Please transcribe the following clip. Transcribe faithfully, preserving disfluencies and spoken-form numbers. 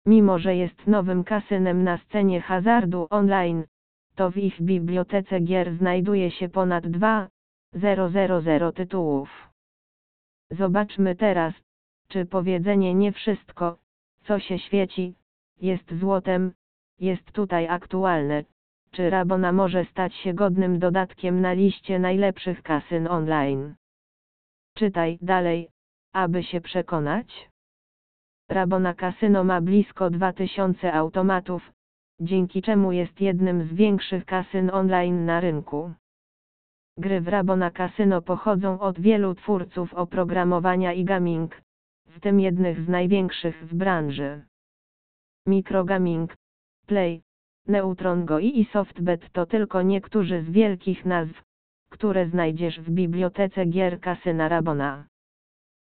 Mimo że jest nowym kasynem na scenie hazardu online, to w ich bibliotece gier znajduje się ponad dwa tysiące tytułów. Zobaczmy teraz, czy powiedzenie nie wszystko, co się świeci, jest złotem, jest tutaj aktualne, czy Rabona może stać się godnym dodatkiem na liście najlepszych kasyn online. Czytaj dalej, aby się przekonać. Rabona Kasyno ma blisko dwa tysiące automatów, dzięki czemu jest jednym z większych kasyn online na rynku. Gry w Rabona Kasyno pochodzą od wielu twórców oprogramowania i gaming, w tym jednych z największych w branży. Microgaming, Play, Neutron Go i SoftBet to tylko niektórzy z wielkich nazw, które znajdziesz w bibliotece gier kasyna Rabona.